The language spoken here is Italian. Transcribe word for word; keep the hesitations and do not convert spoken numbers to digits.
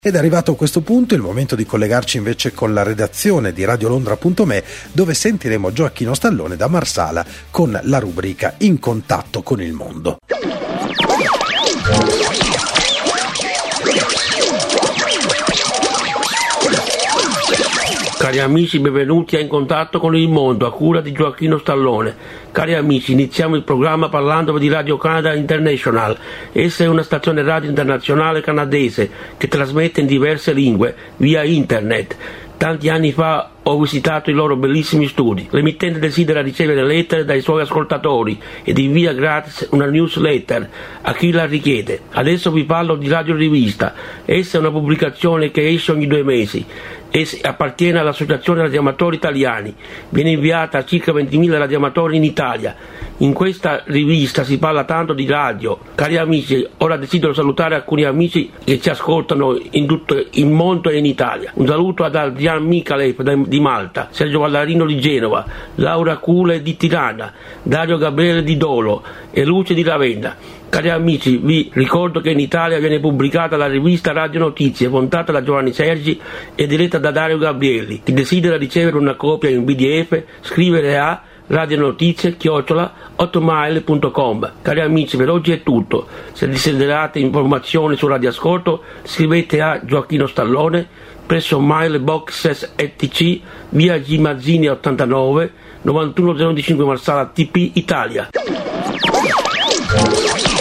Ed è arrivato a questo punto il momento di collegarci invece con la redazione di radiolondra punto me, dove sentiremo Gioacchino Stallone da Marsala con la rubrica In contatto con il mondo. Cari amici, benvenuti a In contatto con il mondo, a cura di Gioacchino Stallone. Cari amici, iniziamo il programma parlando di Radio Canada International. Essa è una stazione radio internazionale canadese che trasmette in diverse lingue via internet. Tanti anni fa ho visitato i loro bellissimi studi. L'emittente desidera ricevere lettere dai suoi ascoltatori ed invia gratis una newsletter a chi la richiede. Adesso vi parlo di Radio Rivista. Essa è una pubblicazione che esce ogni due mesi e appartiene all'Associazione Radioamatori Italiani. Viene inviata a circa ventimila radioamatori in Italia. In questa rivista si parla tanto di radio. Cari amici, ora desidero salutare alcuni amici che ci ascoltano in tutto il mondo e in Italia. Un saluto ad Adrian Micalev di Malta, Sergio Vallarino di Genova, Laura Cule di Tirana, Dario Gabriele di Dolo e Luce di Ravenna. Cari amici, vi ricordo che in Italia viene pubblicata la rivista Radio Notizie, montata da Giovanni Sergi e diretta da Dario Gabrielli. Chi desidera ricevere una copia in B D F, scrivere a radionotizie chiocciola hotmail punto com. Cari amici, per oggi è tutto. Se desiderate informazioni su radioascolto, scrivete a Gioacchino Stallone presso Mailboxes E T C, via G Mazzini ottantanove, novantuno zero cinque Marsala T P Italia.